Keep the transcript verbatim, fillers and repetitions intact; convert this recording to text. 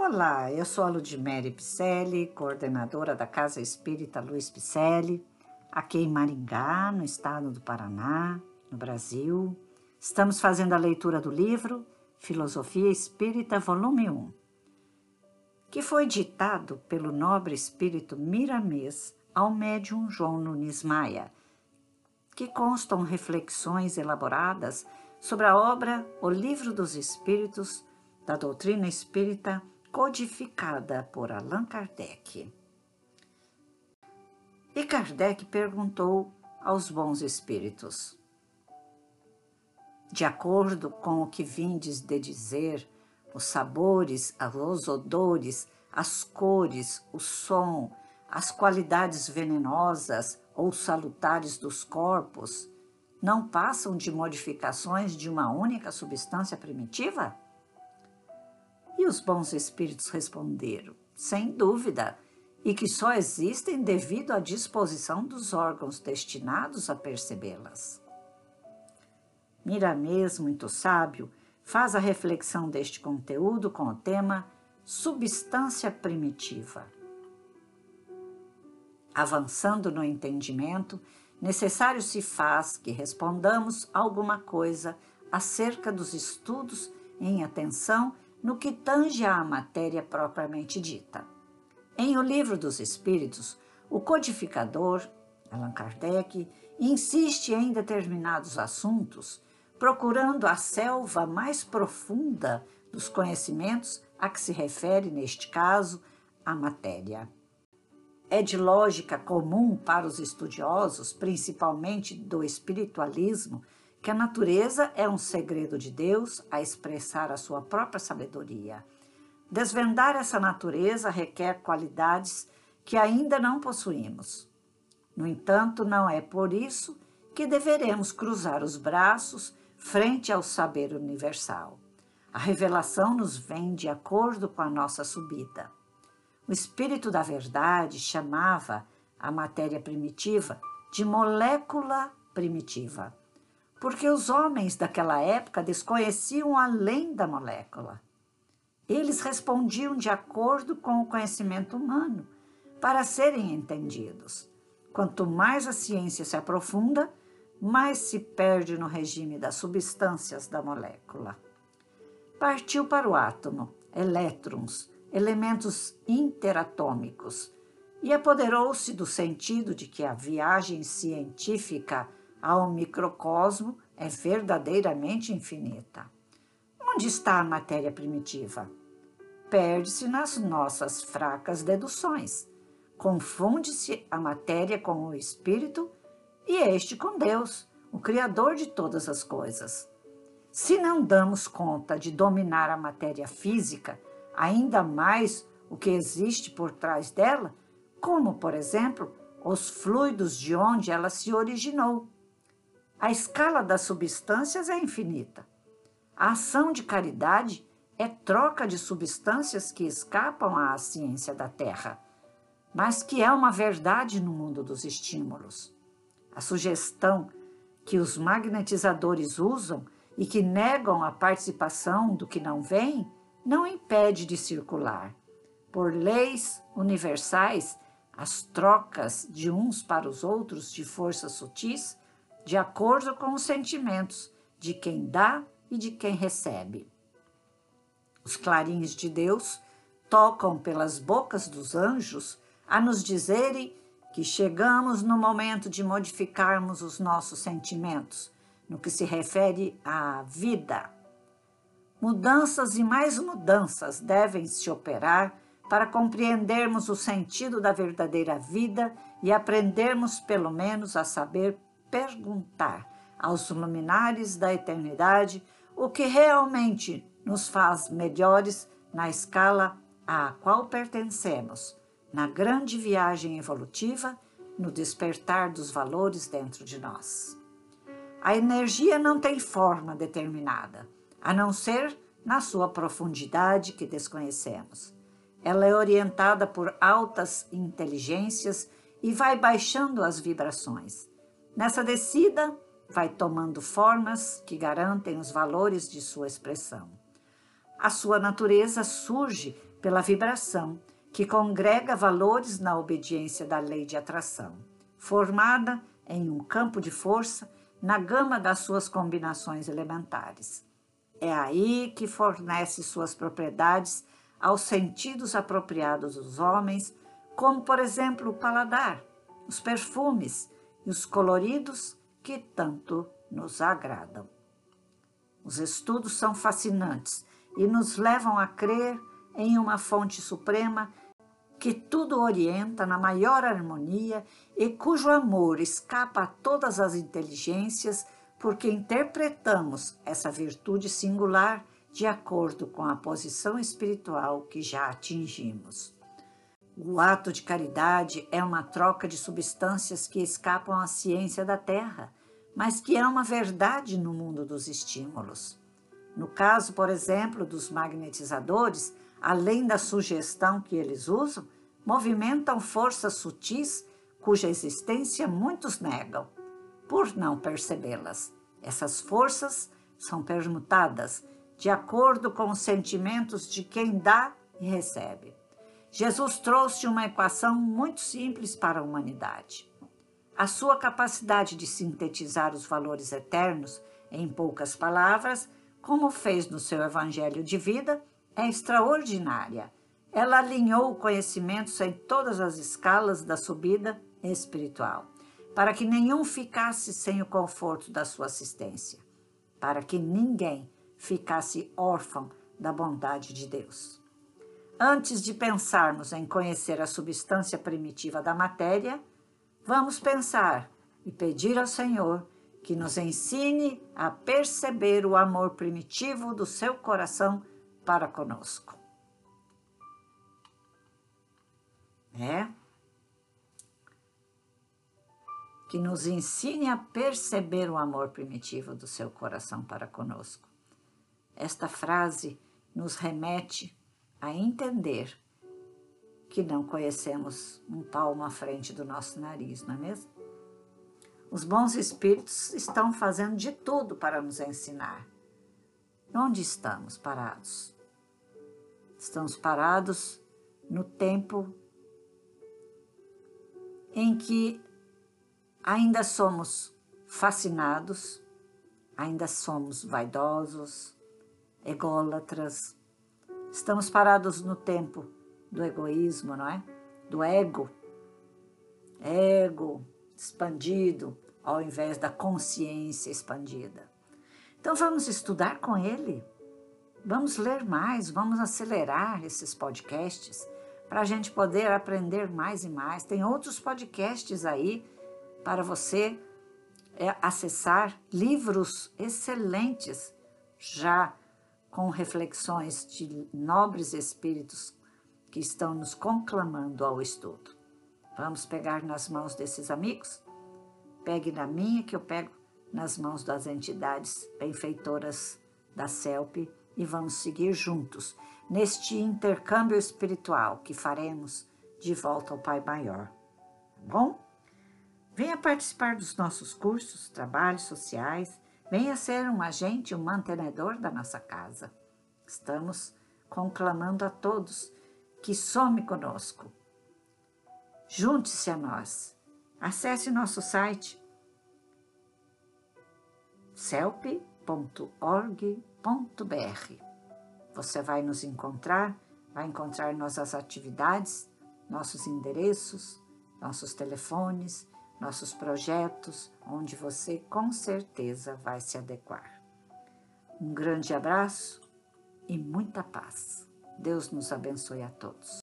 Olá, eu sou a Ludmere Picelli, coordenadora da Casa Espírita Luiz Picelli, aqui em Maringá, no estado do Paraná, no Brasil. Estamos fazendo a leitura do livro Filosofia Espírita, volume um, que foi ditado pelo nobre espírito Miramês ao médium João Nunes Maia, que constam reflexões elaboradas sobre a obra O Livro dos Espíritos, da doutrina espírita, codificada por Allan Kardec. E Kardec perguntou aos bons espíritos: de acordo com o que vindes de dizer, os sabores, os odores, as cores, o som, as qualidades venenosas ou salutares dos corpos, não passam de modificações de uma única substância primitiva? E os bons espíritos responderam, sem dúvida, e que só existem devido à disposição dos órgãos destinados a percebê-las. Miramês, muito sábio, faz a reflexão deste conteúdo com o tema substância primitiva. Avançando no entendimento, necessário se faz que respondamos alguma coisa acerca dos estudos em atenção no que tange à matéria propriamente dita. Em O Livro dos Espíritos, o codificador, Allan Kardec, insiste em determinados assuntos, procurando a selva mais profunda dos conhecimentos a que se refere, neste caso, a matéria. É de lógica comum para os estudiosos, principalmente do espiritualismo, que a natureza é um segredo de Deus a expressar a sua própria sabedoria. Desvendar essa natureza requer qualidades que ainda não possuímos. No entanto, não é por isso que deveremos cruzar os braços frente ao saber universal. A revelação nos vem de acordo com a nossa subida. O Espírito da Verdade chamava a matéria primitiva de molécula primitiva, porque os homens daquela época desconheciam além da molécula. Eles respondiam de acordo com o conhecimento humano, para serem entendidos. Quanto mais a ciência se aprofunda, mais se perde no regime das substâncias da molécula. Partiu para o átomo, elétrons, elementos interatômicos, e apoderou-se do sentido de que a viagem científica ao microcosmo é verdadeiramente infinita. Onde está a matéria primitiva? Perde-se nas nossas fracas deduções. Confunde-se a matéria com o espírito e este com Deus, o Criador de todas as coisas. Se não damos conta de dominar a matéria física, ainda mais o que existe por trás dela, como, por exemplo, os fluidos de onde ela se originou. A escala das substâncias é infinita. A ação de caridade é troca de substâncias que escapam à ciência da Terra, mas que é uma verdade no mundo dos estímulos. A sugestão que os magnetizadores usam e que negam a participação do que não vem, não impede de circular. Por leis universais, as trocas de uns para os outros de forças sutis, de acordo com os sentimentos de quem dá e de quem recebe. Os clarins de Deus tocam pelas bocas dos anjos a nos dizerem que chegamos no momento de modificarmos os nossos sentimentos, no que se refere à vida. Mudanças e mais mudanças devem se operar para compreendermos o sentido da verdadeira vida e aprendermos pelo menos a saber perguntar aos luminares da eternidade o que realmente nos faz melhores na escala à qual pertencemos, na grande viagem evolutiva, no despertar dos valores dentro de nós. A energia não tem forma determinada, a não ser na sua profundidade que desconhecemos. Ela é orientada por altas inteligências e vai baixando as vibrações. Nessa descida, vai tomando formas que garantem os valores de sua expressão. A sua natureza surge pela vibração, que congrega valores na obediência da lei de atração, formada em um campo de força na gama das suas combinações elementares. É aí que fornece suas propriedades aos sentidos apropriados dos homens, como, por exemplo, o paladar, os perfumes e os coloridos que tanto nos agradam. Os estudos são fascinantes e nos levam a crer em uma fonte suprema que tudo orienta na maior harmonia e cujo amor escapa a todas as inteligências, porque interpretamos essa virtude singular de acordo com a posição espiritual que já atingimos. O ato de caridade é uma troca de substâncias que escapam à ciência da Terra, mas que é uma verdade no mundo dos estímulos. No caso, por exemplo, dos magnetizadores, além da sugestão que eles usam, movimentam forças sutis cuja existência muitos negam, por não percebê-las. Essas forças são permutadas de acordo com os sentimentos de quem dá e recebe. Jesus trouxe uma equação muito simples para a humanidade. A sua capacidade de sintetizar os valores eternos em poucas palavras, como fez no seu evangelho de vida, é extraordinária. Ela alinhou conhecimentos em todas as escalas da subida espiritual, para que nenhum ficasse sem o conforto da sua assistência, para que ninguém ficasse órfão da bondade de Deus. Antes de pensarmos em conhecer a substância primitiva da matéria, vamos pensar e pedir ao Senhor que nos ensine a perceber o amor primitivo do seu coração para conosco. É? Que nos ensine a perceber o amor primitivo do seu coração para conosco. Esta frase nos remete a entender que não conhecemos um palmo à frente do nosso nariz, não é mesmo? Os bons espíritos estão fazendo de tudo para nos ensinar. Onde estamos parados? Estamos parados no tempo em que ainda somos fascinados, ainda somos vaidosos, ególatras. Estamos parados no tempo do egoísmo, não é? Do ego. Ego expandido ao invés da consciência expandida. Então vamos estudar com ele. Vamos ler mais, vamos acelerar esses podcasts para a gente poder aprender mais e mais. Tem outros podcasts aí para você é, acessar, livros excelentes, já com reflexões de nobres espíritos que estão nos conclamando ao estudo. Vamos pegar nas mãos desses amigos? Pegue na minha, que eu pego nas mãos das entidades benfeitoras da C E L P e vamos seguir juntos neste intercâmbio espiritual que faremos de volta ao Pai Maior. Tá bom? Venha participar dos nossos cursos, trabalhos sociais, venha ser um agente, um mantenedor da nossa casa. Estamos conclamando a todos que some conosco. Junte-se a nós. Acesse nosso site celp ponto org ponto br. Você vai nos encontrar, vai encontrar nossas atividades, nossos endereços, nossos telefones, nossos projetos, onde você com certeza vai se adequar. Um grande abraço e muita paz. Deus nos abençoe a todos.